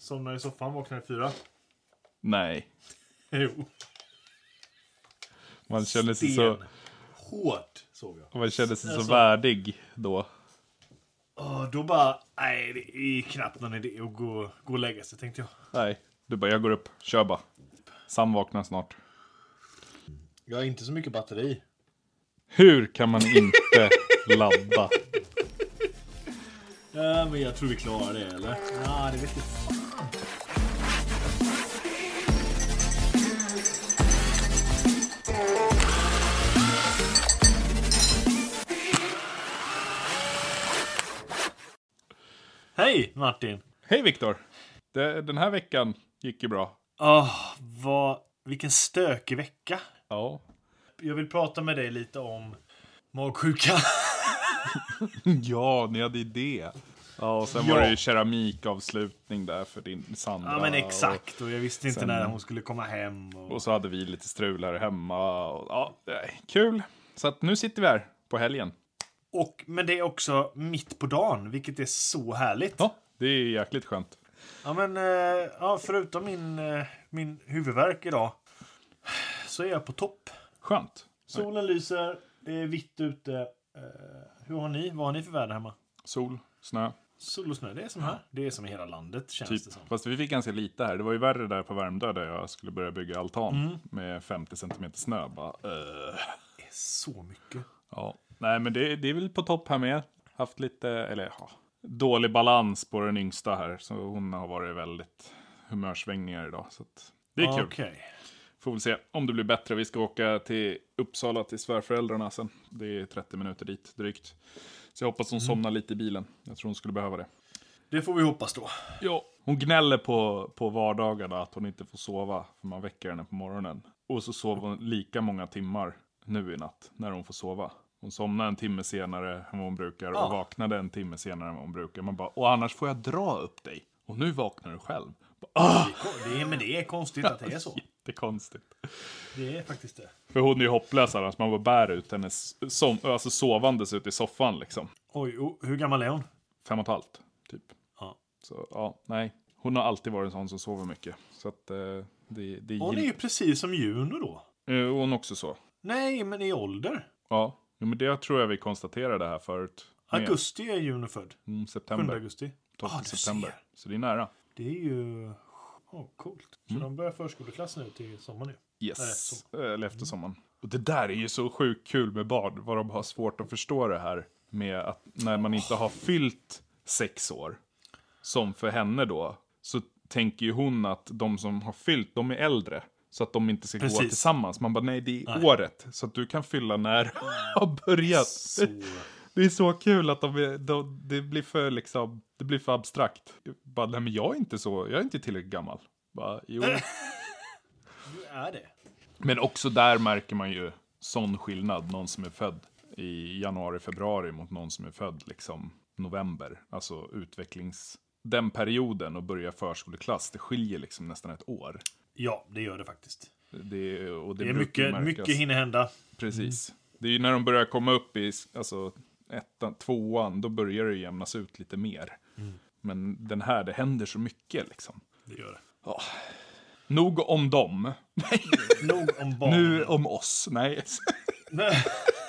somnar i soffan, vaknar i 4. Nej. Jo. Man känner sig så... Hårt, såg jag. Man känner sig så värdig då. Då bara, nej, det är knappt någon idé att gå och lägga sig, tänkte jag. Nej, du bara, jag går upp, kör bara. Sam vaknar snart. Jag har inte så mycket batteri. Hur kan man inte ladda? Ja, men jag tror vi klarar det, eller? Ja, det vet jag. Hej Martin! Hej Viktor! Den här veckan gick ju bra. Vilken stökig vecka. Ja. Jag vill prata med dig lite om magsjuka. Ja, ni hade idé. Ja, och sen var det ju keramikavslutning där för din Sandra. Ja, men exakt. Och jag visste inte när hon skulle komma hem. Och så hade vi lite strul här hemma. Och, ja, kul. Så att nu sitter vi här på helgen. Men det är också mitt på dagen, vilket är så härligt. Ja, det är jäkligt skönt. Ja, men förutom min huvudvärk idag så är jag på topp. Skönt. Solen lyser, det är vitt ute. Vad har ni för väder hemma? Sol, snö. Sol och snö, det är som här. Det är som i hela landet, känns Typ. det som. Fast vi fick ganska lite här. Det var ju värre där på Värmdö där jag skulle börja bygga altan med 50 cm snö. Bara, Det är så mycket. Ja, nej men det är väl på topp här med. Haft lite, dålig balans på den yngsta här. Så hon har varit väldigt humörsvängningar idag. Så att det är kul. Okay. Får väl se om det blir bättre. Vi ska åka till Uppsala till svärföräldrarna sen. Det är 30 minuter dit drygt. Så jag hoppas hon somnar lite i bilen. Jag tror hon skulle behöva det. Det får vi hoppas då. Ja, hon gnäller på vardagarna att hon inte får sova. För man väcker henne på morgonen. Och så sover hon lika många timmar nu i natt när hon får sova. Hon somnar en timme senare än vad hon brukar. Och vaknade en timme senare än vad hon brukar. Man bara, och annars får jag dra upp dig. Och nu vaknar du själv. Men det är konstigt att det är så. Jättekonstigt. Det är faktiskt det. För hon är ju hopplös annars. Man bara bär ut hennes sovandes ut i soffan liksom. Oj, hur gammal är hon? 5,5 typ. Ja. Så ja, nej. Hon har alltid varit en sån som sover mycket. Så att det hon är ju precis som Juno då. Hon också så. Nej, men i ålder. Ja, men det tror jag vi konstaterade här förut. Augusti är Juno född. September. 7 augusti. 12 september. Så det är nära. Det är ju coolt. Så de börjar förskoleklass nu till sommaren nu. Yes, eller efter sommaren. Och det där är ju så sjukt kul med barn. Vad de har svårt att förstå det här. Med att när man inte har fyllt 6 år. Som för henne då. Så tänker ju hon att de som har fyllt, de är äldre. Så att de inte ska gå tillsammans. Man bara, nej det är året. Så att du kan fylla när har börjat. Så. Det är så kul att det blir för liksom, det blir för abstrakt. Bara, nej men jag är inte tillräckligt gammal. Bara, jo. Du är det. Men också där märker man ju sån skillnad. Någon som är född i januari, februari mot någon som är född liksom november. Alltså den perioden och börja förskoleklass, det skiljer liksom nästan ett år. Ja, det gör det faktiskt. Det är mycket hinner hända. Precis. Det är ju när de börjar komma upp i alltså 1:an, 2:an, då börjar det jämnas ut lite mer. Men den här, det händer så mycket liksom. Det gör det. Ja. Nog om dem. Nog om barn. Nu om oss. Nej. Nej,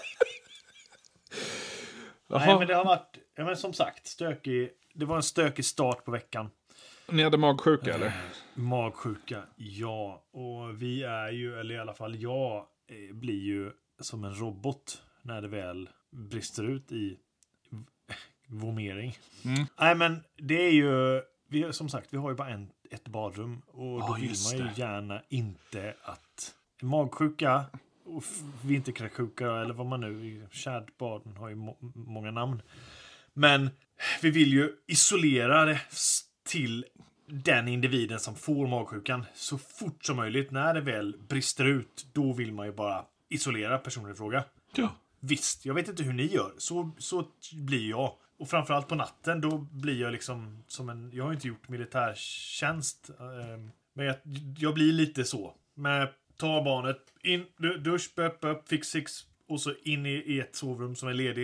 men det har varit, men som sagt, stökig. Det var en stökig start på veckan. Ni hade magsjuka eller? Magsjuka, ja. Och vi är ju, eller i alla fall jag, blir ju som en robot när det väl brister ut i vomering. Nej, men det är ju, som sagt, vi har ju bara ett badrum. Och då vill man ju gärna inte att magsjuka och vinterkräksjuka eller vad man nu, kärdbaden har ju många namn. Men vi vill ju isolera det till den individen som får magsjukan så fort som möjligt. När det väl brister ut, då vill man ju bara isolera personen i fråga. Ja. Visst, jag vet inte hur ni gör. Så blir jag. Och framförallt på natten, då blir jag liksom som jag har inte gjort militärtjänst. Men jag blir lite så. Men ta barnet, in, dusch, upp, fix, och så in i ett sovrum som är ledigt.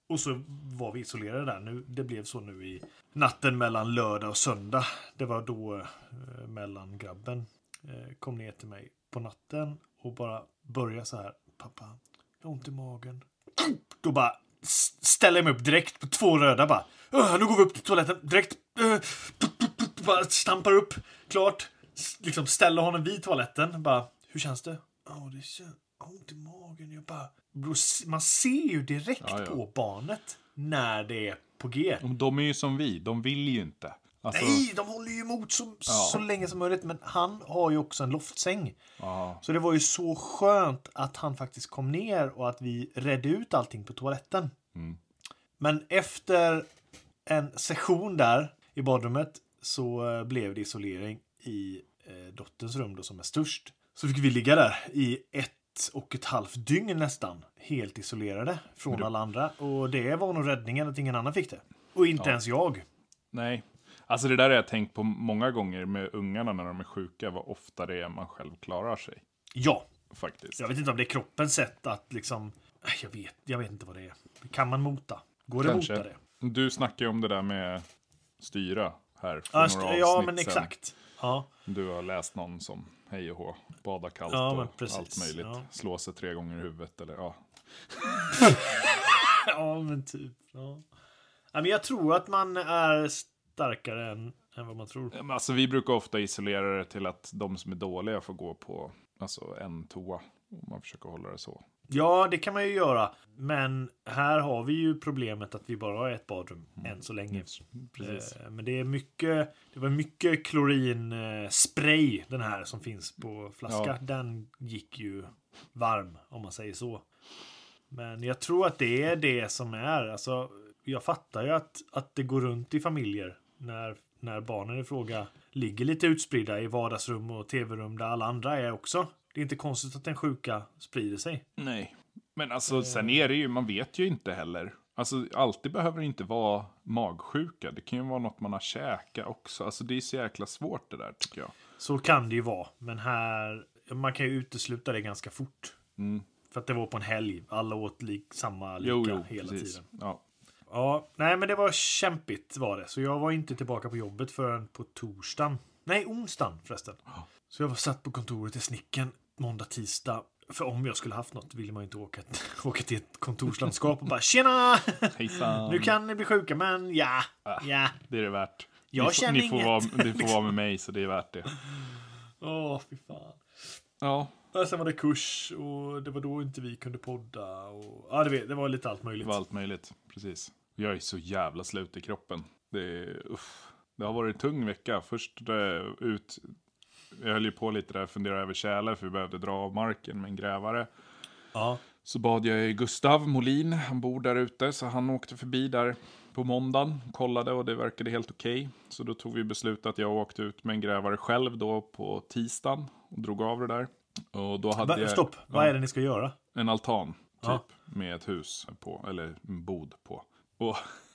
Och så var vi isolerade där. Det blev så nu i natten mellan lördag och söndag. Det var då mellangrabben kom ner till mig på natten och bara började så här. Pappa, jag har ont i magen. Då bara ställer jag mig upp direkt på 2 röda bara. Nu går vi upp till toaletten direkt. Bara stampar upp. Klart. Liksom ställer honom vid toaletten. Bara, hur känns det? Det känns ont i magen. Jag bara, man ser ju direkt på barnet när det är på G. De är ju som vi. De vill ju inte. Alltså... Nej, de håller ju emot så länge som möjligt. Men han har ju också en loftsäng. Ja. Så det var ju så skönt att han faktiskt kom ner och att vi redde ut allting på toaletten. Mm. Men efter en session där i badrummet så blev det isolering i dotterns rum då, som är störst. Så fick vi ligga där i 1,5 dygn nästan. Helt isolerade från alla andra. Och det var nog räddningen att ingen annan fick det. Och inte ens jag. Nej. Alltså det där har jag tänkt på många gånger med ungarna när de är sjuka. Vad ofta det är man själv klarar sig. Ja. Faktiskt. Jag vet inte om det är kroppens sätt att liksom... Jag vet inte vad det är. Kan man mota? Går det Kanske. mota det? Du snackade ju om det där med styra här för några avsnitt ja, men sedan. exakt. Ja. Du har läst någon som hej och hå, bada kallt och allt möjligt. Ja. Slå sig 3 gånger i huvudet eller ja. Ja, men typ. Ja. Men jag tror att man är starkare än vad man tror. Alltså vi brukar ofta isolera det till att de som är dåliga får gå på en toa. Om man försöker hålla det så. Ja, det kan man ju göra. Men här har vi ju problemet att vi bara har ett badrum än så länge. Precis. Men det var mycket klorinspray den här som finns på flaska. Ja. Den gick ju varm om man säger så. Men jag tror att det är det som är. Alltså, jag fattar ju att det går runt i familjer när barnen i fråga ligger lite utspridda i vardagsrum och tv-rum där alla andra är också. Det är inte konstigt att den sjuka sprider sig. Nej, men alltså sen är det ju, man vet ju inte heller. Alltså alltid behöver det inte vara magsjuka. Det kan ju vara något man har käkat också. Alltså det är så jäkla svårt det där tycker jag. Så kan det ju vara. Men här, man kan ju utesluta det ganska fort. Mm. För att det var på en helg. Alla åt samma lika hela precis. tiden. Ja, nej men det var kämpigt var det. Så jag var inte tillbaka på jobbet förrän på torsdagen. Nej, onsdagen förresten. Så jag var satt på kontoret i Snicken måndag, tisdag. För om jag skulle haft något ville man ju inte åka till ett kontorslandskap och bara tjena! Hejsan. Nu kan ni bli sjuka, men ja. Det är det värt. Jag känner ni får vara med mig så det är värt det. Fy fan. Ja. Och sen var det kurs och det var då inte vi kunde podda. Och, det var lite allt möjligt. Det var allt möjligt, precis. Jag är så jävla slut i kroppen. Det har varit en tung vecka. Först jag höll ju på lite där, funderade över tjäle för vi behövde dra av marken med en grävare. Ja. Så bad jag Gustav Molin, han bor där ute, så han åkte förbi där på måndagen, kollade och det verkade helt okej. Så då tog vi beslut att jag åkte ut med en grävare själv då på tisdagen och drog av det där. Och då hade jag... Stopp, vad är det ni ska göra? En altan, typ, med ett hus på, eller en bod på. Och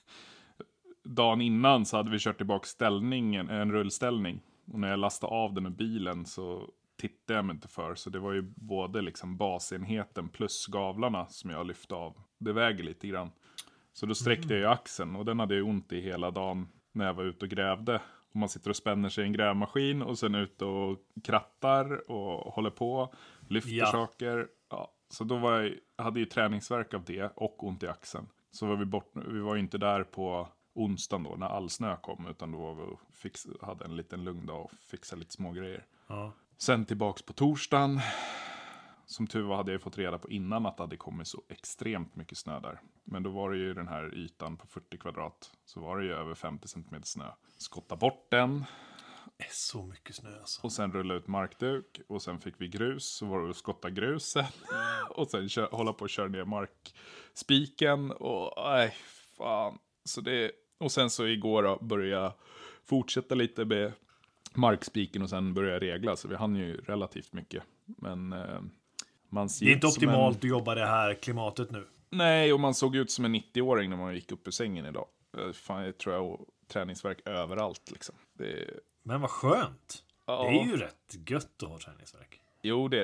dagen innan så hade vi kört tillbaka en rullställning. Och när jag lastade av den i bilen så tittade jag mig inte för. Så det var ju både liksom basenheten plus gavlarna som jag lyfte av. Det väger lite grann. Så då sträckte jag ju axeln och den hade ju ont i hela dagen när jag var ute och grävde. Och man sitter och spänner sig i en grävmaskin och sen ute och krattar och håller på. Lyfter saker. Ja. Så då hade ju träningsverk av det och ont i axeln. Så var vi var ju inte där på onsdagen då när all snö kom. Utan då var vi hade en liten lugn dag och fixade lite små grejer. Ja. Sen tillbaks på torsdagen. Som tur var hade jag fått reda på innan att det hade kommit så extremt mycket snö där. Men då var det ju den här ytan på 40 kvadrat. Så var det ju över 50 cm snö. Skotta bort den. Det är så mycket snö alltså. Och sen rulla ut markduk. Och sen fick vi grus. Så var det att skotta grusen. Och sen hålla på och köra ner markspiken. Och nej, fan. Och sen så igår då började jag fortsätta lite med markspiken. Och sen började jag regla. Så vi hann ju relativt mycket. Men man ser det är inte optimalt att jobba det här klimatet nu. Nej, och man såg ut som en 90-åring när man gick upp ur sängen idag. Fan, jag tror jag träningsverk överallt liksom. Men vad skönt. Ja. Det är ju rätt gött att ha träningsverk. Jo, det är det ju.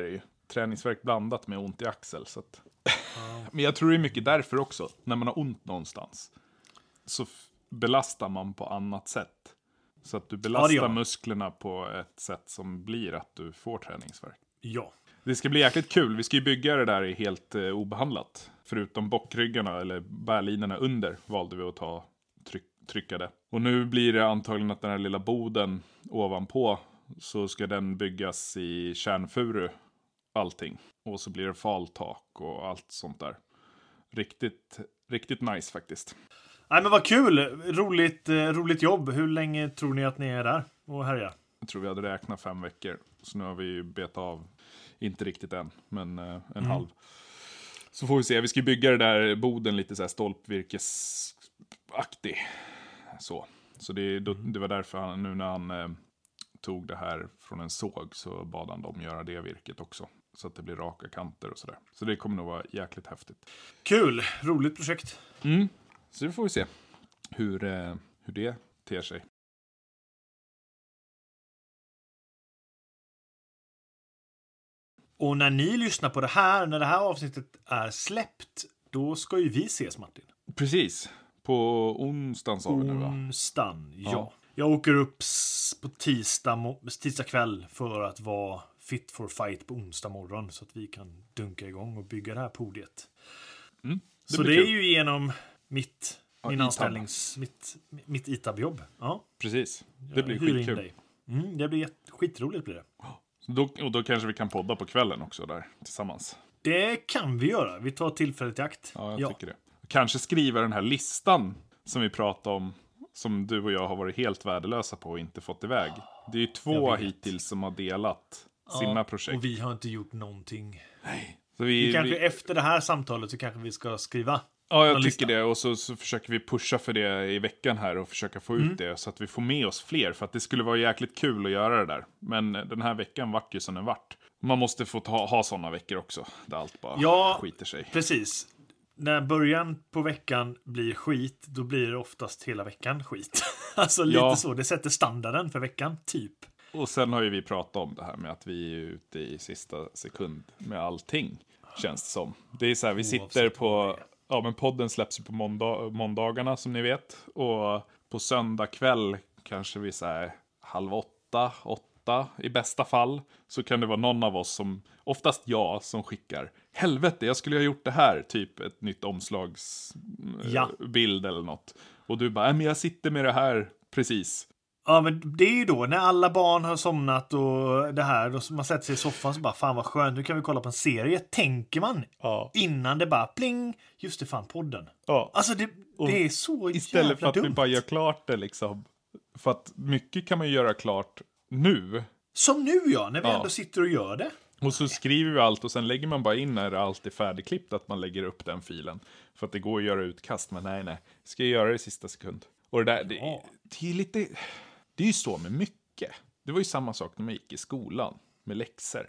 träningsvärk blandat med ont i axel. Så att... Men jag tror det är mycket därför också. När man har ont någonstans så belastar man på annat sätt. Så att du belastar musklerna på ett sätt som blir att du får träningsvärk. Ja. Det ska bli jäkligt kul. Vi ska ju bygga det där helt obehandlat. Förutom bockryggarna eller bärlinorna under valde vi att ta tryckade. Och nu blir det antagligen att den här lilla boden ovanpå så ska den byggas i kärnfuru. Allting. Och så blir det faltak och allt sånt där. Riktigt nice faktiskt. Nej men vad kul! Roligt jobb. Hur länge tror ni att ni är där och härjar? Jag tror vi hade räknat 5 veckor. Så nu har vi ju bet av, inte riktigt än, men en halv. Så får vi se, vi ska bygga det där boden lite så här stolpvirkesaktig. Så det var därför nu när han tog det här från en såg så bad han dem göra det virket också. Så att det blir raka kanter och sådär. Så det kommer nog vara jäkligt häftigt. Kul! Roligt projekt. Så det får vi se hur det ter sig. Och när ni lyssnar på det här, när det här avsnittet är släppt, då ska ju vi ses, Martin. Precis. På onsdagen sa vi nu, va? Onsdagen, ja. Jag åker upp på tisdag kväll för att vara fit for fight på onsdag morgon. Så att vi kan dunka igång och bygga det här podiet. Så det är ju genom mitt ITAB-jobb. Ja. Precis. Det blir skitkul. Det blir skitroligt blir det. Då kanske vi kan podda på kvällen också där tillsammans. Det kan vi göra. Vi tar tillfället i akt. Ja, jag tycker det. Kanske skriva den här listan som vi pratade om. Som du och jag har varit helt värdelösa på och inte fått iväg. Det är ju 2 hittills som har delat sina projekt. Och vi har inte gjort någonting. Nej. Så efter det här samtalet så kanske vi ska skriva. Ja, jag tycker det. Och så försöker vi pusha för det i veckan här och försöka få ut det så att vi får med oss fler. För att det skulle vara jäkligt kul att göra det där. Men den här veckan vart ju som den vart. Man måste få ha sådana veckor också. Där allt bara skiter sig. Precis. När början på veckan blir skit, då blir det oftast hela veckan skit. Alltså lite så. Det sätter standarden för veckan, typ. Och sen har ju vi pratat om det här med att vi är ute i sista sekund med allting. Känns det som. Det är så här, vi sitter på... Ja, men podden släpps ju på måndagarna som ni vet. Och på söndag kväll kanske vi säger 7:30, 8 i bästa fall. Så kan det vara någon av oss som, oftast jag, som skickar. Helvete, jag skulle ha gjort det här. Typ ett nytt omslagsbild eller något. Och du bara, men jag sitter med det här precis. Ja, men det är ju då när alla barn har somnat och det här, då man sätter sig i soffan så bara, fan vad skönt, nu kan vi kolla på en serie, tänker man. Innan det bara, pling, just det, fan, podden. Alltså det är så istället för att dumt. vi bara gör klart det liksom. För att mycket kan man ju göra klart nu. Som nu, när vi ändå sitter och gör det. Och så skriver vi allt och sen lägger man bara in när allt är färdigklippt att man lägger upp den filen. För att det går att göra utkast, men nej. Ska jag göra det i sista sekund. Och det där, det är lite... Det är ju så med mycket. Det var ju samma sak när man gick i skolan med läxor.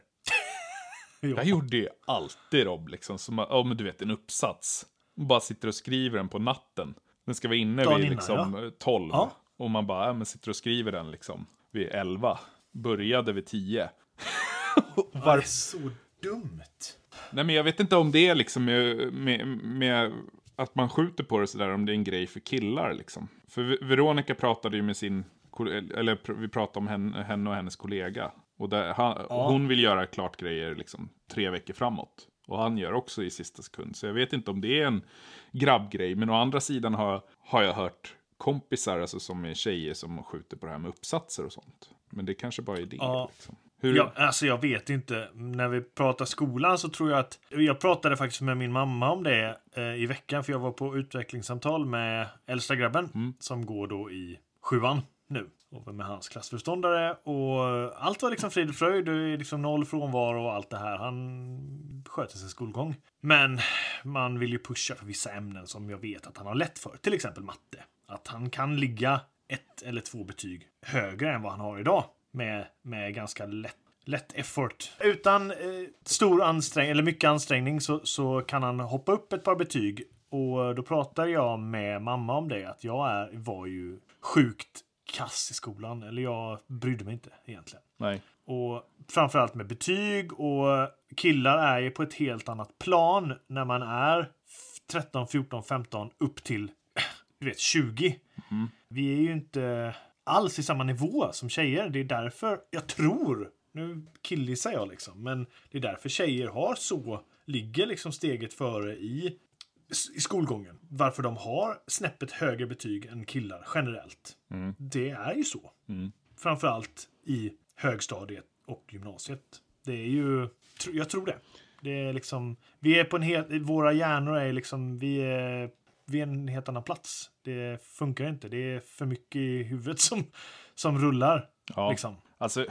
Jag gjorde ju alltid Rob, liksom, som, men du vet, en uppsats. Man bara sitter och skriver den på natten. Den ska vara inne vid liksom 12. Och man bara, men sitter och skriver den liksom vid 11. Började vid 10. Det är så dumt. Nej, men jag vet inte om det är liksom med att man skjuter på det sådär, om det är en grej för killar liksom. För Veronica pratade ju med sin... Eller vi pratade om henne och hennes kollega. Och hon vill göra klart grejer liksom 3 veckor framåt. Och han gör också i sista sekund. Så jag vet inte om det är en grabbgrej. Men å andra sidan har jag hört kompisar, alltså som är tjejer, som skjuter på det här med uppsatser och sånt. Men det kanske bara är det. Liksom. Alltså jag vet inte. När vi pratar skolan så tror jag att... Jag pratade faktiskt med min mamma om det i veckan. För jag var på utvecklingssamtal med äldsta grabben. Som går då i 7:an nu. Och med hans klassförståndare. Och allt var liksom frid och fröjd. Det är liksom 0 frånvaro och allt det här. Han sköter sin skolgång. Men man vill ju pusha för vissa ämnen som jag vet att han har lätt för. Till exempel matte. Att han kan ligga 1 eller 2 betyg högre än vad han har idag. Med ganska lätt effort. Utan stor ansträngning eller mycket ansträngning så kan han hoppa upp ett par betyg. Och då pratar jag med mamma om det. Att jag var ju sjukt kass i skolan. Eller jag brydde mig inte egentligen. Nej. Och framförallt med betyg. Och killar är ju på ett helt annat plan när man är 13, 14, 15 upp till 20. Vi är ju inte alls i samma nivå som tjejer. Det är därför jag tror, nu killgissar jag liksom, men det är därför tjejer ligger liksom steget före i skolgången. Varför de har snäppet högre betyg än killar generellt. Det är ju så. Framförallt i högstadiet och gymnasiet. Det är ju, jag tror det. Det är liksom, vi är på våra hjärnor är liksom, vi är en helt annan plats. Det funkar inte. Det är för mycket i huvudet som rullar. Ja. Liksom. Alltså,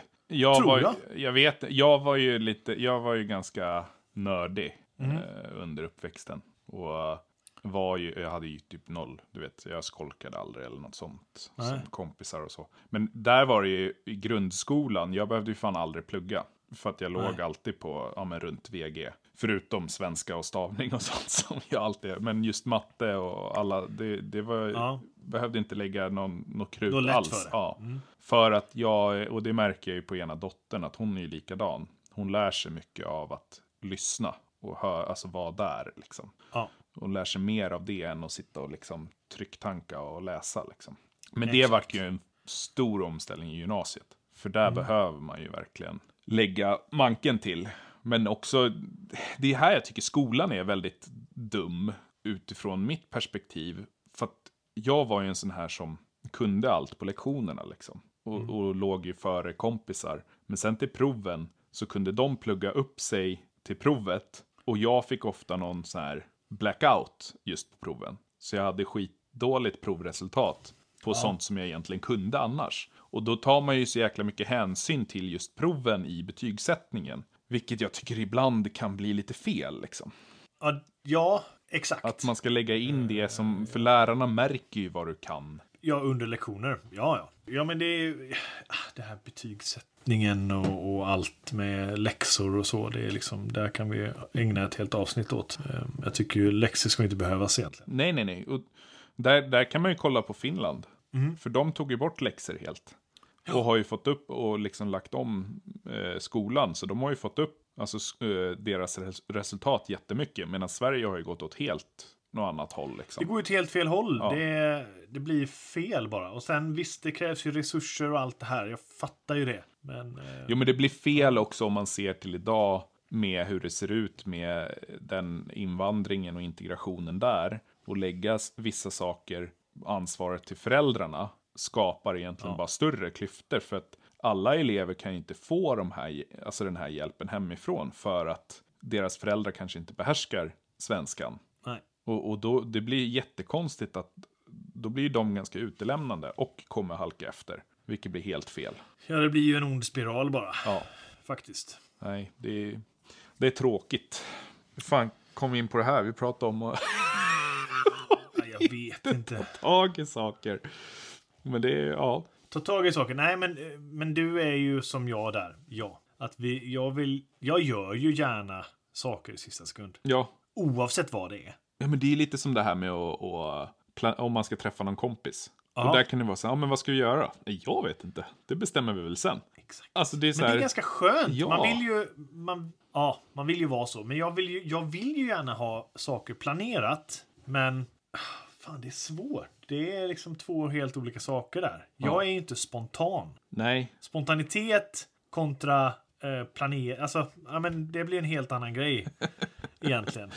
jag var ju ganska nördig under uppväxten. Och jag hade ju typ 0, du vet, jag skolkade aldrig eller något sånt. Som kompisar och så. Men där var det ju i grundskolan, jag behövde ju fan aldrig plugga. För att jag låg alltid på, runt VG. Förutom svenska och stavning och sånt som jag alltid, men just matte och alla, det var, behövde inte lägga något krut alls. För att och det märker jag ju på ena dottern, att hon är ju likadan. Hon lär sig mycket av att lyssna och alltså vara där liksom. Och lär sig mer av det än att sitta och liksom trycktanka och läsa liksom. Men det var ju en stor omställning i gymnasiet. För där behöver man ju verkligen lägga manken till. Men också, det är här jag tycker skolan är väldigt dum utifrån mitt perspektiv. För att jag var ju en sån här som kunde allt på lektionerna liksom. Och låg ju före kompisar. Men sen till proven så kunde de plugga upp sig till provet. Och jag fick ofta någon sån här blackout just på proven. Så jag hade skitdåligt provresultat på sånt som jag egentligen kunde annars. Och då tar man ju så jäkla mycket hänsyn till just proven i betygssättningen. Vilket jag tycker ibland kan bli lite fel liksom. Ja, exakt. Att man ska lägga in det som, för lärarna märker ju vad du kan. Ja, under lektioner. Ja. Ja, men det är ju det här betygssättningen och allt med läxor och så. Det är liksom, där kan vi ägna ett helt avsnitt åt. Jag tycker ju läxor ska inte behövas egentligen. Nej. Och där kan man ju kolla på Finland. För de tog ju bort läxor helt. Och har ju fått upp och liksom lagt om skolan. Så de har ju fått upp deras resultat jättemycket. Medan Sverige har ju gått åt något annat håll. Liksom. Det går ju till helt fel håll. Ja. Det blir fel bara. Och sen visst, det krävs ju resurser och allt det här. Jag fattar ju det. Men, Jo, men det blir fel också om man ser till idag med hur det ser ut med den invandringen och integrationen där. Och lägga vissa saker, ansvaret till föräldrarna, skapar egentligen bara större klyftor. För att alla elever kan ju inte få den här hjälpen hemifrån. För att deras föräldrar kanske inte behärskar svenskan. Nej. Och då, det blir jättekonstigt att då blir de ganska utelämnande och kommer halka efter. Vilket blir helt fel. Ja, det blir ju en ond spiral bara. Ja. Faktiskt. Nej, det är tråkigt. Hur fan kom vi in på det här? Vi pratade om att jag vet inte. Ta tag i saker. Men det är, Ta tag i saker. Nej, men du är ju som jag där. Ja. Jag gör ju gärna saker i sista sekund. Ja. Oavsett vad det är. Ja, men det är lite som det här med om man ska träffa någon kompis. Och där kan det vara så här, men vad ska vi göra? Jag vet inte. Det bestämmer vi väl sen. Exakt. Alltså, det är så men här, det är ganska skönt. Ja. Man vill ju vara så. Men jag vill ju gärna ha saker planerat. Men fan, det är svårt. Det är liksom två helt olika saker där. Jag är ju inte spontan. Nej. Spontanitet kontra planering. Alltså, men det blir en helt annan grej. Egentligen.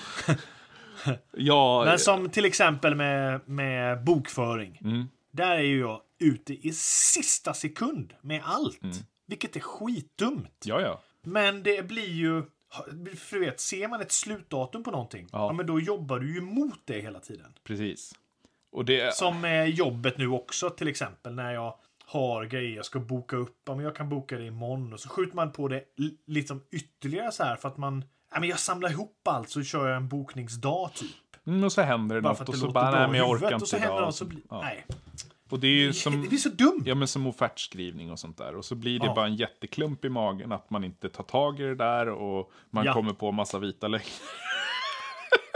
Ja. Men som till exempel med bokföring. Där är ju jag ute i sista sekund med allt. Vilket är skitdumt. Ja. Men det blir ju, för du vet, ser man ett slutdatum på någonting, men då jobbar du ju mot det hela tiden. Precis. Och det som med jobbet nu också, till exempel när jag har grejer jag ska boka upp. Men jag kan boka det imorgon. Och så skjuter man på det liksom ytterligare så här för att jag samlar ihop allt så kör jag en bokningsdag typ. Och så händer det något och så bara, nej men jag orkar inte idag. Nej. Och det är ju det blir så dumt. Ja, men som offertskrivning och sånt där. Och så blir det bara en jätteklump i magen att man inte tar tag i det där och man kommer på massa vita lögner.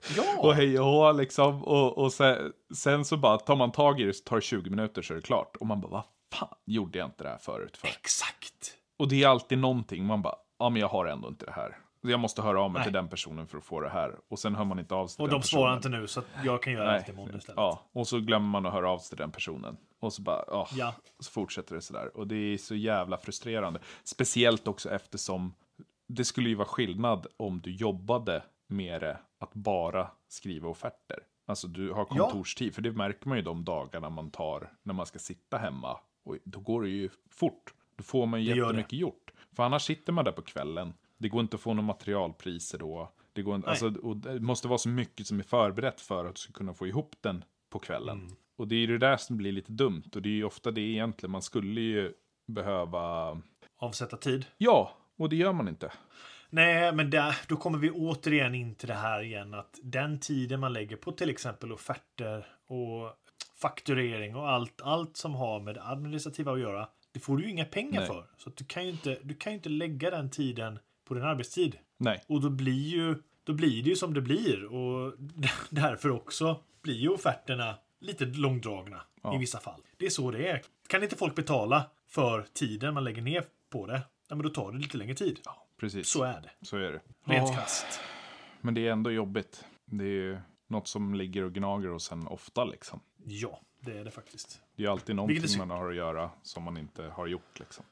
Och hej och hå liksom. Och sen så bara tar man tag i det, så tar det 20 minuter så är det klart. Och man bara, vad fan gjorde jag inte det här förut för? Exakt. Och det är alltid någonting, man bara, ja men jag har ändå inte det här. Jag måste höra av mig till den personen för att få det här. Och sen hör man inte av sig till och den de svarar inte nu, så att jag kan göra allt imorgon istället. Ja, och så glömmer man att höra av sig till den personen. Och så bara, Ja. så fortsätter det sådär. Och det är så jävla frustrerande. Speciellt också eftersom det skulle ju vara skillnad om du jobbade med det att bara skriva offerter. Alltså du har kontorstid, för det märker man ju de dagarna man tar när man ska sitta hemma. Och då går det ju fort. Då får man ju jättemycket gjort. För annars sitter man där på kvällen. Det går inte att få några materialpriser då. Det går inte, alltså, och det måste vara så mycket som är förberett för att du ska kunna få ihop den på kvällen. Och det är ju det där som blir lite dumt. Och det är ju ofta det egentligen. Man skulle ju behöva avsätta tid. Ja, och det gör man inte. Nej, men då kommer vi återigen in till det här igen. Att den tiden man lägger på till exempel offerter och fakturering och allt som har med det administrativa att göra. Det får du ju inga pengar för. Så att du kan ju inte lägga den tiden på din arbetstid. Nej. Och då blir det ju som det blir. Och därför också blir ju offerterna lite långdragna i vissa fall. Det är så det är. Kan inte folk betala för tiden man lägger ner på det, ja, men då tar det lite längre tid. Ja, precis. Så är det. Så är det. Rent krasst. Men det är ändå jobbigt. Det är ju något som ligger och gnager och sen ofta liksom. Ja, det är det faktiskt. Det är alltid någonting man har att göra som man inte har gjort liksom.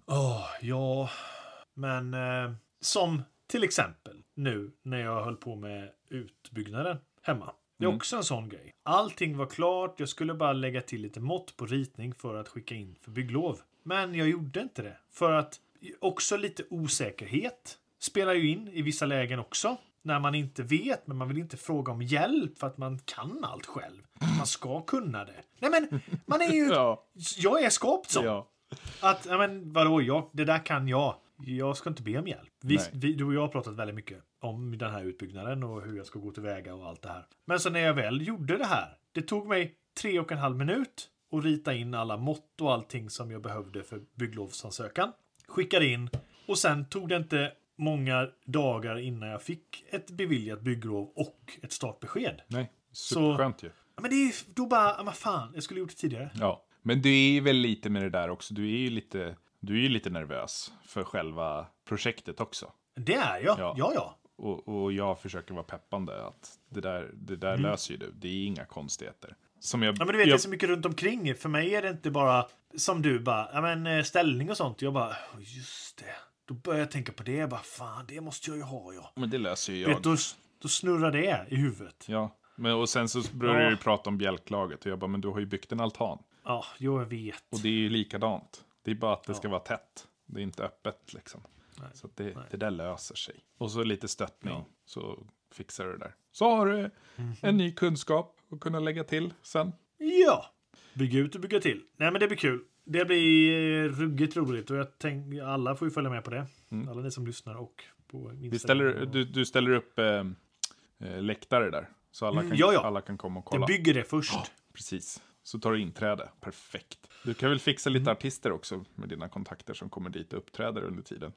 Ja. Men som till exempel nu när jag höll på med utbyggnaden hemma. Det är också en sån grej. Allting var klart. Jag skulle bara lägga till lite mått på ritning för att skicka in för bygglov. Men jag gjorde inte det. För att också lite osäkerhet spelar ju in i vissa lägen också. När man inte vet, men man vill inte fråga om hjälp för att man kan allt själv. Man ska kunna det. Nej, men man är ju... Jag är skapt så. Ja. Att, ja men vadå, det där kan jag. Jag ska inte be om hjälp. Du och jag har pratat väldigt mycket om den här utbyggnaden och hur jag ska gå tillväga och allt det här. Men så när jag väl gjorde det här, det tog mig 3,5 minut att rita in alla mått och allting som jag behövde för bygglovsansökan. Skickade in och sen tog det inte många dagar innan jag fick ett beviljat bygglov och ett startbesked. Nej, superskönt ju. Ja, men det är då bara, men fan, jag skulle gjort det tidigare. Ja, men du är väl lite med det där också. Du är ju lite nervös för själva projektet också. Det är jag, ja. Och jag försöker vara peppande att det där löser ju du. Det är inga konstigheter. Som jag, ja, men du vet, det är så mycket runt omkring. För mig är det inte bara som du bara, ja men ställning och sånt. Jag bara, just det. Då börjar jag tänka på det. Jag bara, fan, det måste jag ju ha, ja. Men det löser ju jag. Vet, då snurrar det i huvudet. Ja, men och sen så börjar jag ju prata om bjälklaget. Och jag bara, men du har ju byggt en altan. Ja, jag vet. Och det är ju likadant. Det är bara att det ska vara tätt. Det är inte öppet liksom. Nej. Så att det där löser sig. Och så lite stöttning. Så fixar du det där. Så har du en ny kunskap att kunna lägga till sen. Ja. Bygga ut och bygga till. Nej, men det blir kul. Det blir ruggigt roligt. Och jag tänker, alla får ju följa med på det. Alla ni som lyssnar och på Instagram. Du ställer upp läktare där. Så alla kan komma och kolla. Jag bygger det först. Ja, precis. Så tar du inträde. Perfekt. Du kan väl fixa lite artister också med dina kontakter som kommer dit och uppträder under tiden.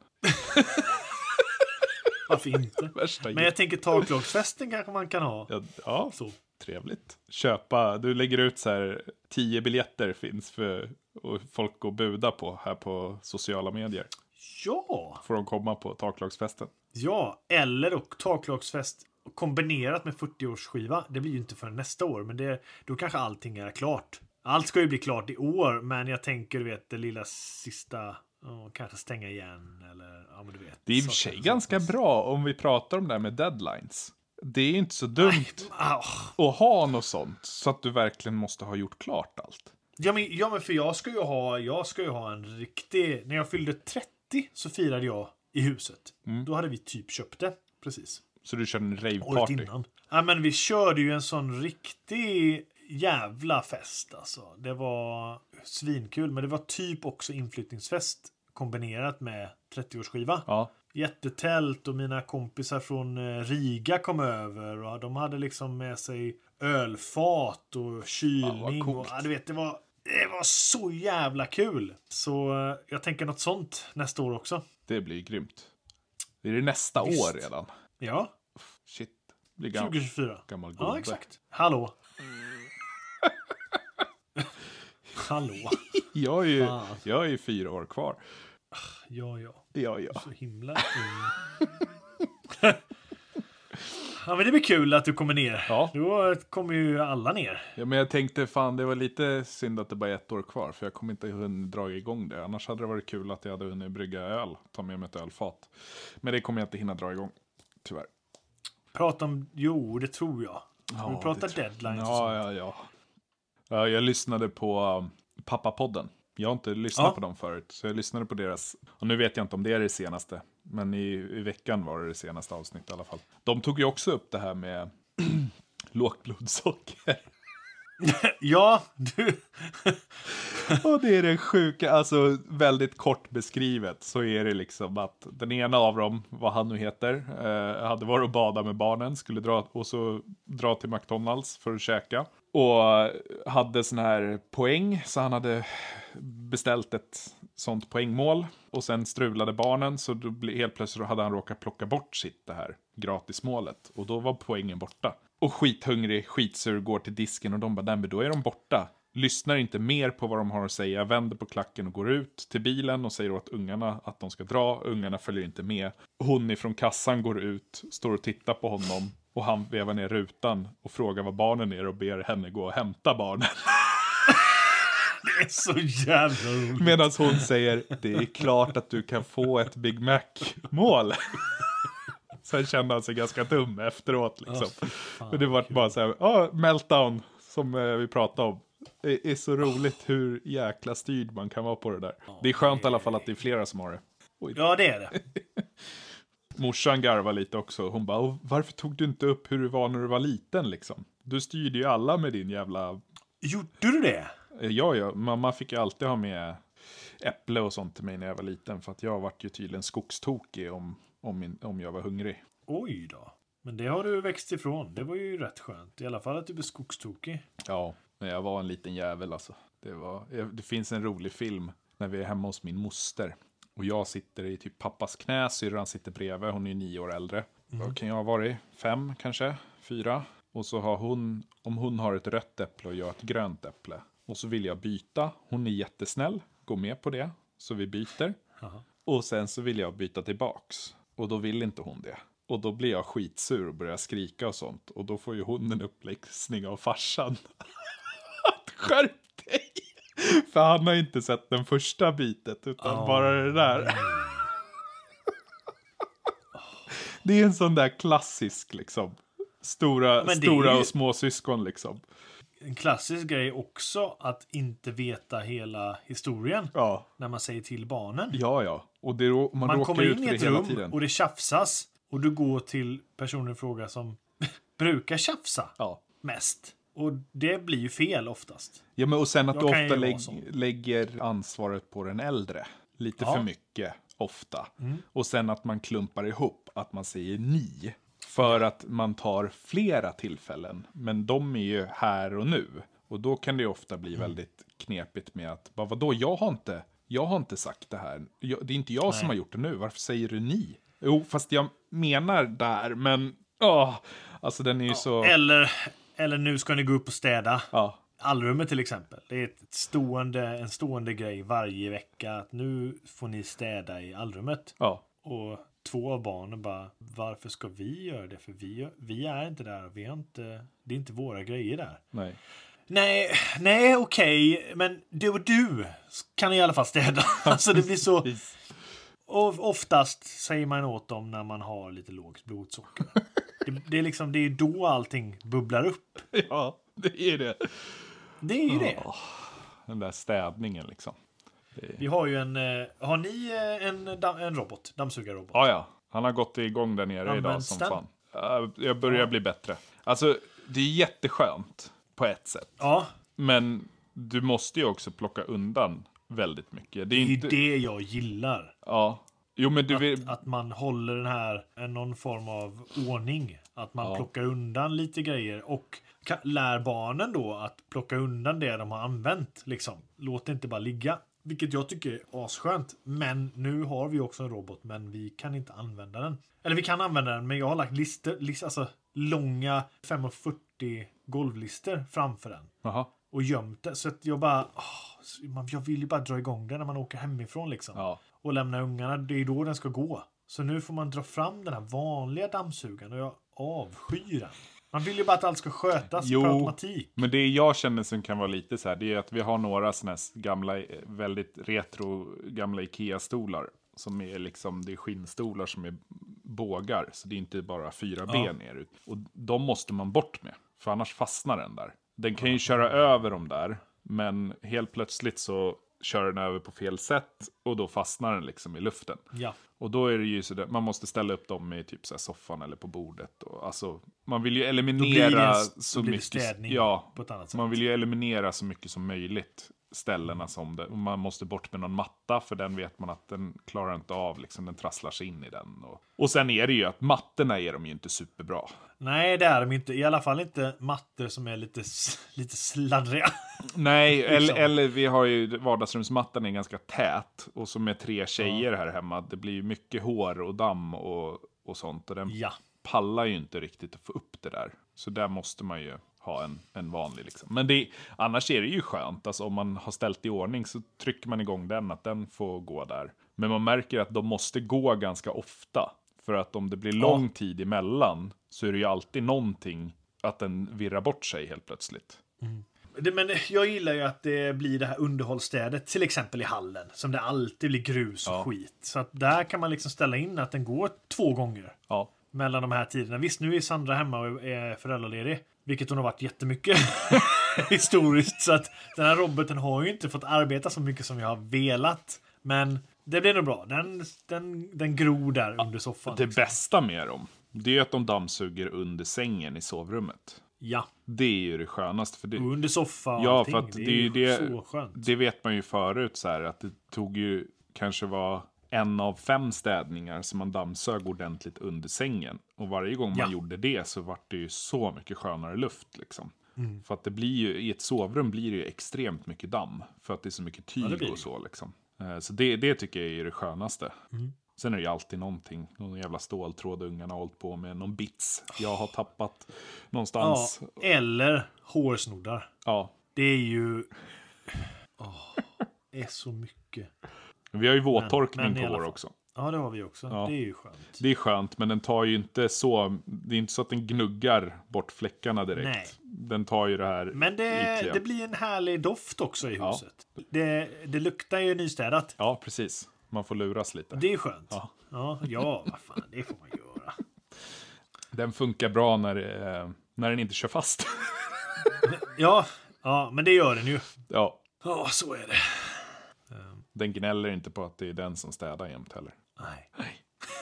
Varför inte? Men jag tänker taklagsfesten kanske man kan ha. Ja, så trevligt. Köpa, du lägger ut så här 10 biljetter finns för och folk går buda på här på sociala medier. Ja. Får de komma på taklagsfesten. Ja, eller och taklagsfest kombinerat med 40-årsskiva. Det blir ju inte för nästa år, men då kanske allting är klart. Allt ska ju bli klart i år, men jag tänker, du vet, det lilla sista, kanske stänga igen eller, ja men du vet. Det är i och för sig ganska bra om vi pratar om det här med deadlines. Det är inte så dumt att ha något sånt, så att du verkligen måste ha gjort klart allt. Ja men för jag ska ju ha en riktig, när jag fyllde 30 så firade jag i huset. Då hade vi typ köpt det, precis. Så du körde en rave-party? Året innan. Ja, men vi körde ju en sån riktig jävla fest alltså. Det var svinkul, men det var typ också inflyttningsfest kombinerat med 30-årsskiva. Ja. Jättetält och mina kompisar från Riga kom över och de hade liksom med sig ölfat och kylning. Och, du vet, det var så jävla kul. Så jag tänker något sånt nästa år också. Det blir grymt. Det är det nästa år redan. Ja. Shit. Blir 2024. Gammal gubbe. Ja, exakt. Hallå. Hallå. Jag är ju 4 år kvar. Ja. Ja. Så himla ung. Ja, men det blir kul att du kommer ner. Ja. Då kommer ju alla ner. Ja, men jag tänkte fan det var lite synd att det bara är 1 år kvar. För jag kommer inte hunnit dra igång det. Annars hade det varit kul att jag hade hunnit brygga öl. Ta med mig ett ölfat. Men det kommer jag inte hinna dra igång. Tyvärr. Prata om... Jo, det tror jag. Vi pratar deadlines och sånt. Ja, jag lyssnade på Pappapodden. Jag har inte lyssnat på dem förut. Så jag lyssnade på deras... Och nu vet jag inte om det är det senaste. Men i veckan var det senaste avsnittet i alla fall. De tog ju också upp det här med lågt blodsocker. Ja, du... Och det är det sjuka, alltså väldigt kort beskrivet så är det liksom att den ena av dem, vad han nu heter, hade varit och bada med barnen, skulle dra till McDonalds för att käka. Och hade sån här poäng, så han hade beställt ett sånt poängmål. Och sen strulade barnen, så då helt plötsligt hade han råkat plocka bort det här gratismålet. Och då var poängen borta. Och skithungrig, skitsur, går till disken och de bara, då är de borta. Lyssnar inte mer på vad de har att säga, vänder på klacken och går ut till bilen och säger åt ungarna att de ska dra. Ungarna följer inte med. Hon ifrån kassan går ut, står och tittar på honom och han vevar ner rutan och frågar vad barnen är och ber henne gå och hämta barnen. Det är så jävla roligt. Medan hon säger, det är klart att du kan få ett Big Mac-mål. Sen kände han sig ganska dum efteråt liksom. Men det var bara så här, meltdown som vi pratade om. Det är så roligt hur jäkla styrd man kan vara på det där. Det är skönt i alla fall att det är flera som har det. Oj. Ja, det är det. Morsan garvar lite också. Hon bara, varför tog du inte upp hur du var när du var liten liksom? Du styrde ju alla med din jävla... Gjorde du det? Ja. Mamma fick ju alltid ha med äpple och sånt till mig när jag var liten. För att jag vart ju tydligen skogstokig om jag var hungrig. Oj då. Men det har du växt ifrån. Det var ju rätt skönt. I alla fall att du blev skogstokig. Ja, jag var en liten jävel alltså. Det finns en rolig film när vi är hemma hos min moster. Och jag sitter i typ pappas knä, syrran sitter bredvid, hon är ju 9 år äldre. Vad kan jag ha varit? 5 kanske? 4? Och så har hon, om hon har ett rött äpple och jag ett grönt äpple. Och så vill jag byta. Hon är jättesnäll, går med på det. Så vi byter. Aha. Och sen så vill jag byta tillbaks. Och då vill inte hon det. Och då blir jag skitsur och börjar skrika och sånt. Och då får ju hon en uppläxning av farsan. Att skärp dig! För han har inte sett den första bitet utan bara det där. Det är en sån där klassisk liksom. Stora och små syskon liksom. En klassisk grej också att inte veta hela historien. Ja. När man säger till barnen. Ja. Och man råkar kommer ut in för i ett det hela rum tiden. och det tjafsas. Och du går till personen i fråga som brukar tjafsa mest. Och det blir ju fel oftast. Ja, men och sen att du ofta lägger ansvaret på den äldre. Lite för mycket, ofta. Och sen att man klumpar ihop, att man säger ni. För att man tar flera tillfällen. Men de är ju här och nu. Och då kan det ju ofta bli väldigt knepigt med att, vadå, jag har inte sagt det här. Det är inte jag som har gjort det nu. Varför säger du ni? Jo, fast jag menar där, men alltså den är ju så... Eller nu ska ni gå upp och städa. Ja. Allrummet till exempel. Det är en stående grej varje vecka. Att nu får ni städa i allrummet. Ja. Och 2 av barnen bara, varför ska vi göra det? För vi är inte där. Det är inte våra grejer där. Nej, okej. Men du kan i alla fall städa. Alltså det blir så... Och oftast säger man åt dem när man har lite lågt blodsocker. Det är då allting bubblar upp. Ja, det är det. Det är ju det. Den där städningen liksom. Vi har ju har ni en robot? Dammsugarrobot? Ja. Han har gått igång där nere idag som fan. Jag börjar bli bättre. Alltså, det är jätteskönt på ett sätt. Ja. Men du måste ju också plocka undan väldigt mycket. Det är det jag gillar. Ja. Jo, men att man håller den här någon form av ordning. Att man plockar undan lite grejer. Och lär barnen då att plocka undan det de har använt. Liksom. Låt det inte bara ligga. Vilket jag tycker är asskönt. Men nu har vi också en robot, men vi kan inte använda den. Eller vi kan använda den, men jag har lagt alltså långa 540 golvlister framför den. Jaha. Och gömt det. Så att jag bara... jag vill ju bara dra igång den när man åker hemifrån liksom. Ja. Och lämna ungarna. Det är då den ska gå. Så nu får man dra fram den här vanliga dammsugaren. Och jag avskyr den. Man vill ju bara att allt ska skötas på automatik. Men det jag känner som kan vara lite så här, det är att vi har några såna här gamla, väldigt retro gamla Ikea-stolar. Som är liksom, det är skinnstolar som är bågar. Så det är inte bara 4 ben ner. Och de måste man bort med. För annars fastnar den där. Den kan ju köra över dem där. Men helt plötsligt så kör den över på fel sätt. Och då fastnar den liksom i luften. Ja. Och då är det ju så där, man måste ställa upp dem i typ så här soffan eller på bordet. Och, alltså, man vill ju eliminera så mycket. Ja, på ett annat sätt. Man vill ju eliminera så mycket som möjligt ställena som det. Och man måste bort med någon matta, för den vet man att den klarar inte av, liksom, den trasslar sig in i den. Och sen är det ju att mattorna är de ju inte superbra. Nej, det är de inte. I alla fall inte mattor som är lite sladdriga. Nej, eller vi har ju vardagsrumsmattan är ganska tät. Och som är 3 tjejer här hemma, det blir ju mycket hår och damm och sånt. Och den pallar ju inte riktigt att få upp det där. Så där måste man ju ha en vanlig liksom. Men annars är det ju skönt. Alltså om man har ställt i ordning så trycker man igång den, att den får gå där. Men man märker att de måste gå ganska ofta. För att om det blir lång tid emellan så är det ju alltid någonting att den virrar bort sig helt plötsligt. Mm. Men jag gillar ju att det blir det här underhållsstädet, till exempel i hallen, som det alltid blir grus och skit. Så att där kan man liksom ställa in att den går 2 gånger mellan de här tiderna. Visst, nu är Sandra hemma och är föräldraledig, vilket hon har varit jättemycket historiskt. Så att den här roboten har ju inte fått arbeta så mycket som jag har velat. Men det blir nog bra. Den gror där under soffan. Det bästa med dem, det är att de dammsuger under sängen i sovrummet. Ja. Det är ju det skönaste. För det, under soffa och allting. För att det är ju så skönt. Det vet man ju förut så här, att det tog ju kanske var 1 av 5 städningar som man dammsög ordentligt under sängen. Och varje gång man gjorde det så var det ju så mycket skönare luft liksom. För att det blir ju, i ett sovrum blir det ju extremt mycket damm. För att det är så mycket tyg och så liksom. Så det tycker jag är det skönaste. Sen är det ju alltid någonting. Någon jävla ståltråd ungarna har hållit på med. Någon bits jag har tappat någonstans. Ja, eller hårsnoddar. Ja. Det är ju... det är så mycket. Vi har ju våttorkning på vår också. Ja, det har vi också. Ja. Det är ju skönt. Det är skönt, men den tar ju inte så... Det är inte så att den gnuggar bort fläckarna direkt. Nej. Den tar ju det här men det blir en härlig doft också i huset. Det luktar ju nystädat. Ja, precis. Man får luras lite. Det är skönt. Ja, vad fan, det får man göra. Den funkar bra när den inte kör fast. ja, men det gör den ju. Ja. Ja, så är det. Den gnäller inte på att det är den som städar jämt heller. Nej.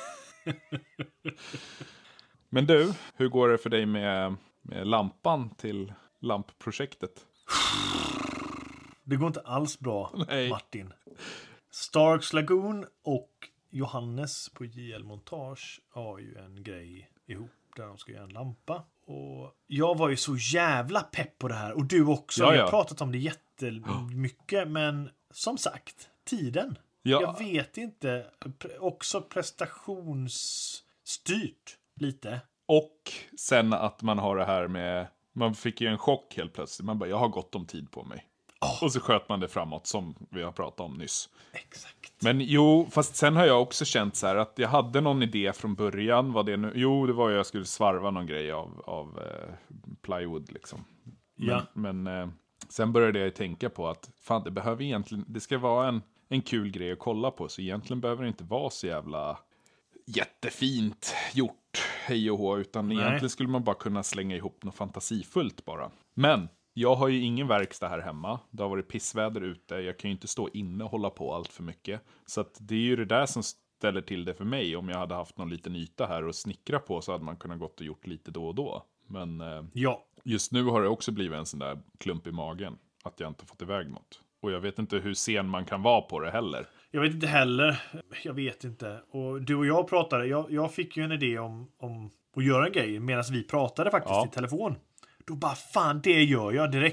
Men du, hur går det för dig med lampan till lampprojektet? Det går inte alls bra, Nej. Martin. Starks Lagoon och Johannes på JL Montage har ju en grej ihop där de ska göra en lampa. Och jag var ju så jävla pepp på det här. Och du också. Ja. Jag har pratat om det jättemycket. Men som sagt, tiden. Ja. Jag vet inte. Också prestationsstyrt lite. Och sen att man har det här med... Man fick ju en chock helt plötsligt. Man bara, jag har gott om tid på mig. Och så sköt man det framåt som vi har pratat om nyss. Exakt. Men fast sen har jag också känt så här att jag hade någon idé från början. Vad det nu? Jo, det var ju att jag skulle svarva någon grej av plywood liksom. Men sen började jag tänka på att fan, det behöver egentligen... Det ska vara en kul grej att kolla på. Så egentligen behöver det inte vara så jävla jättefint gjort, hej och hå. Utan egentligen skulle man bara kunna slänga ihop något fantasifullt bara. Men... Jag har ju ingen verkstad här hemma. Det har varit pissväder ute. Jag kan ju inte stå inne och hålla på allt för mycket. Så att det är ju det där som ställer till det för mig. Om jag hade haft någon liten yta här och snickra på så hade man kunnat gått och gjort lite då och då. Men just nu har det också blivit en sån där klump i magen. Att jag inte fått iväg något. Och jag vet inte hur sen man kan vara på det heller. Jag vet inte heller. Jag vet inte. Och du och jag pratade. Jag fick ju en idé om att göra en grej medan vi pratade faktiskt i telefon. Då bara, fan, det gör jag direkt.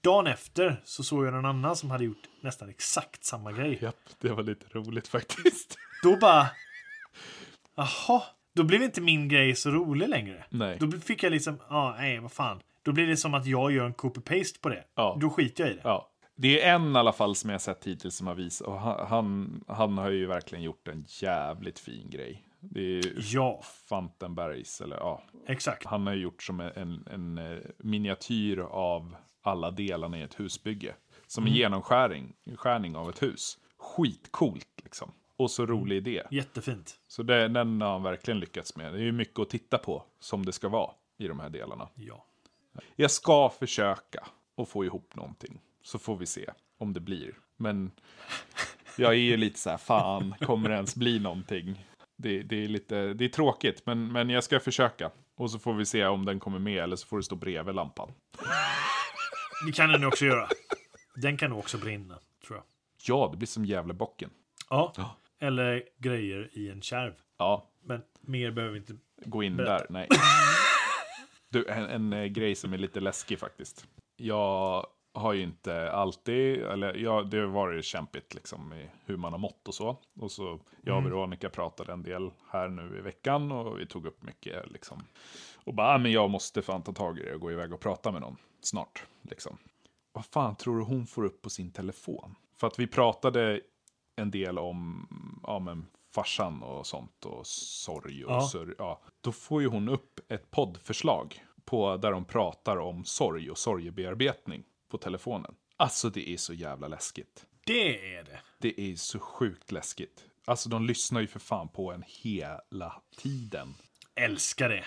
Dagen efter så såg jag någon annan som hade gjort nästan exakt samma grej. Japp, det var lite roligt faktiskt. Då bara... Jaha, då blev inte min grej så rolig längre. Nej. Då fick jag liksom, nej, vad fan. Då blir det som att jag gör en copy-paste på det. Ja. Då skiter jag i det. Ja. Det är en i alla fall som jag sett hittills som har visat. Och han har ju verkligen gjort en jävligt fin grej. Det är Ja. Fantenbergs, eller ja. Exakt. Han har gjort som en miniatyr av alla delarna i ett husbygge. Som en genomskärning av ett hus. Skitcoolt liksom. Och så rolig idé. Jättefint. Så den har han verkligen lyckats med. Det är ju mycket att titta på som det ska vara i de här delarna. Ja. Jag ska försöka att få ihop någonting. Så får vi se om det blir. Men jag är ju lite så här, fan, kommer det ens bli någonting? Det är tråkigt, men jag ska försöka. Och så får vi se om den kommer med, eller så får det stå bredvid lampan. Det kan den också göra. Den kan nog också brinna, tror jag. Ja, det blir som Gävlebocken. Ja. Eller grejer i en kärv. Ja. Men mer behöver vi inte... Gå in där, nej. Du, en grej som är lite läskig faktiskt. Jag har ju inte alltid, eller det har varit kämpigt liksom i hur man har mått och så. Och så jag och Veronica pratade en del här nu i veckan och vi tog upp mycket liksom. Och bara, men jag måste fan ta tag i det och gå iväg och prata med någon snart liksom. Vad fan tror du hon får upp på sin telefon? För att vi pratade en del om, men farsan och sånt och sorg och sörj. Ja. Då får ju hon upp ett poddförslag där de pratar om sorg och sorgebearbetning på telefonen. Alltså det är så jävla läskigt. Det är det. Det är så sjukt läskigt. Alltså de lyssnar ju för fan på en hela tiden. Älskar det.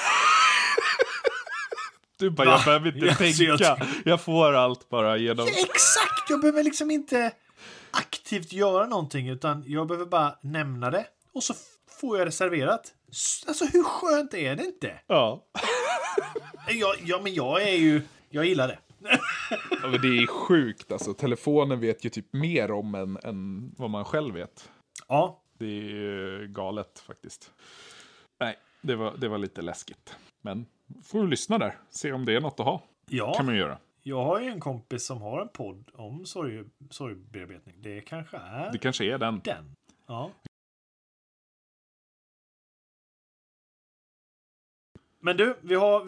Du bara, jag behöver inte tänka. Jag får allt bara genom... Ja, exakt! Jag behöver liksom inte aktivt göra någonting, utan jag behöver bara nämna det. Och så får jag det serverat. Alltså hur skönt är det inte? Ja. Men jag gillar det. Ja, men det är sjukt alltså. Telefonen vet ju typ mer om än vad man själv vet. Ja. Det är galet faktiskt. Nej, det var lite läskigt. Men får du lyssna där. Se om det är något att ha. Ja. Kan man göra. Jag har ju en kompis som har en podd om sorgbearbetning. Det kanske är den. Ja. Men du,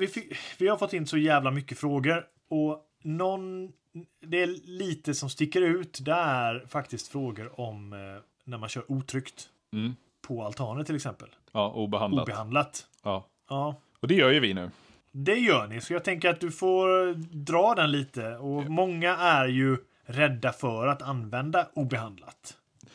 vi har fått in så jävla mycket frågor. Och det är lite som sticker ut. Det är faktiskt frågor om när man kör otryggt. På altaner till exempel. Ja, obehandlat. Ja. Och det gör ju vi nu. Det gör ni, så jag tänker att du får dra den lite. Och många är ju rädda för att använda obehandlat.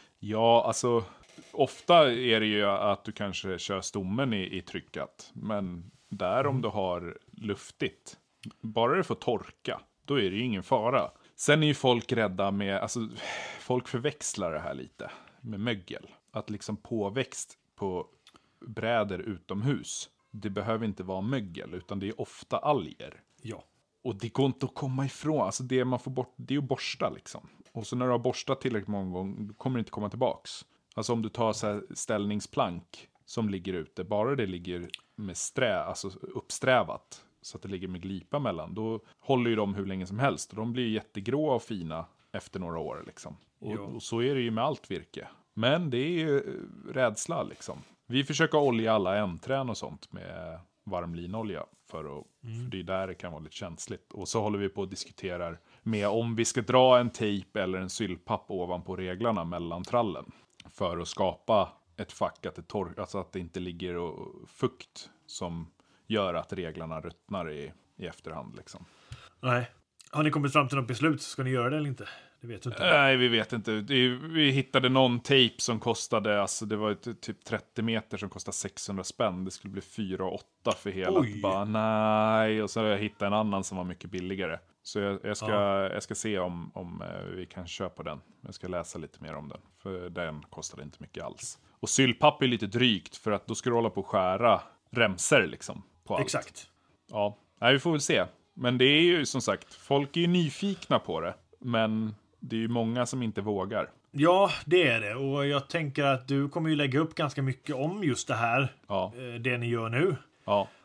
Ja, alltså ofta är det ju att du kanske kör stommen i tryckat. Men där om du har luftigt, bara det får torka, då är det ju ingen fara. Sen är ju folk rädda med, alltså folk förväxlar det här lite med mögel. Att liksom påväxt på bräder utomhus, det behöver inte vara mögel, utan det är ofta alger. Ja. Och det går inte att komma ifrån. Alltså det man får bort, det är ju borsta liksom. Och så när du har borstat tillräckligt många gånger, då kommer det inte komma tillbaks. Alltså om du tar så här ställningsplank som ligger ute, bara det ligger med alltså uppsträvat, så att det ligger med glipa mellan, då håller ju de hur länge som helst. Och de blir jättegråa och fina efter några år liksom. Och så är det ju med allt virke. Men det är ju rädsla liksom. Vi försöker olja alla ändträn och sånt med varm linolja. För det är där det kan vara lite känsligt. Och så håller vi på att diskutera med om vi ska dra en tejp eller en sylpapp ovanpå reglarna mellan trallen. För att skapa ett fack alltså att det inte ligger fukt som gör att reglarna ruttnar i efterhand liksom. Nej. Har ni kommit fram till något beslut? Ska ni göra det eller inte? Det vet du inte. Nej, vi vet inte. Vi hittade någon tejp som kostade, alltså det var typ 30 meter som kostade 600 spänn. Det skulle bli 4,8 för hela. Bara, nej. Och så har jag hittat en annan som var mycket billigare. Så jag ska se om vi kan köpa den. Jag ska läsa lite mer om den. För den kostade inte mycket alls. Och sylpapp är lite drygt, för att då ska du hålla på och skära remser liksom på allt. Exakt. Ja, nej, vi får väl se. Men det är ju som sagt, folk är ju nyfikna på det. Men det är ju många som inte vågar. Ja, det är det. Och jag tänker att du kommer ju lägga upp ganska mycket om just det här. Ja. Det ni gör nu. Ja.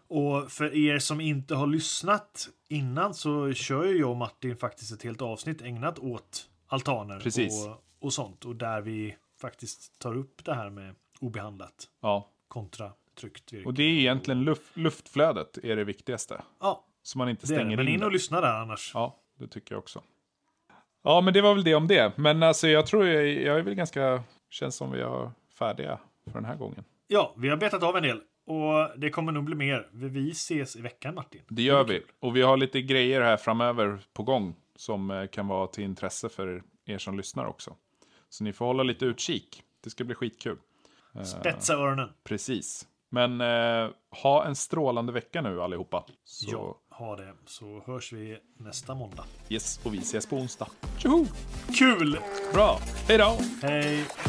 Och för er som inte har lyssnat innan så kör ju jag och Martin faktiskt ett helt avsnitt ägnat åt altaner och sånt. Och där vi faktiskt tar upp det här med obehandlat kontra tryckt virke. Och det är egentligen luftflödet är det viktigaste. Ja. Så man inte stänger in det. Men in och lyssna där annars. Ja, det tycker jag också. Ja, men det var väl det om det. Men alltså jag tror jag är väl ganska... Känns som vi är färdiga för den här gången. Ja, vi har betat av en del. Och det kommer nog bli mer. Vi ses i veckan, Martin. Det gör vi. Och vi har lite grejer här framöver på gång. Som kan vara till intresse för er som lyssnar också. Så ni får hålla lite utkik. Det ska bli skitkul. Spetsa öronen. Precis. Men ha en strålande vecka nu allihopa. Så... Ja, ha det. Så hörs vi nästa måndag. Yes, och vi ses på onsdag. Tjoho! Kul! Bra, hej då! Hej!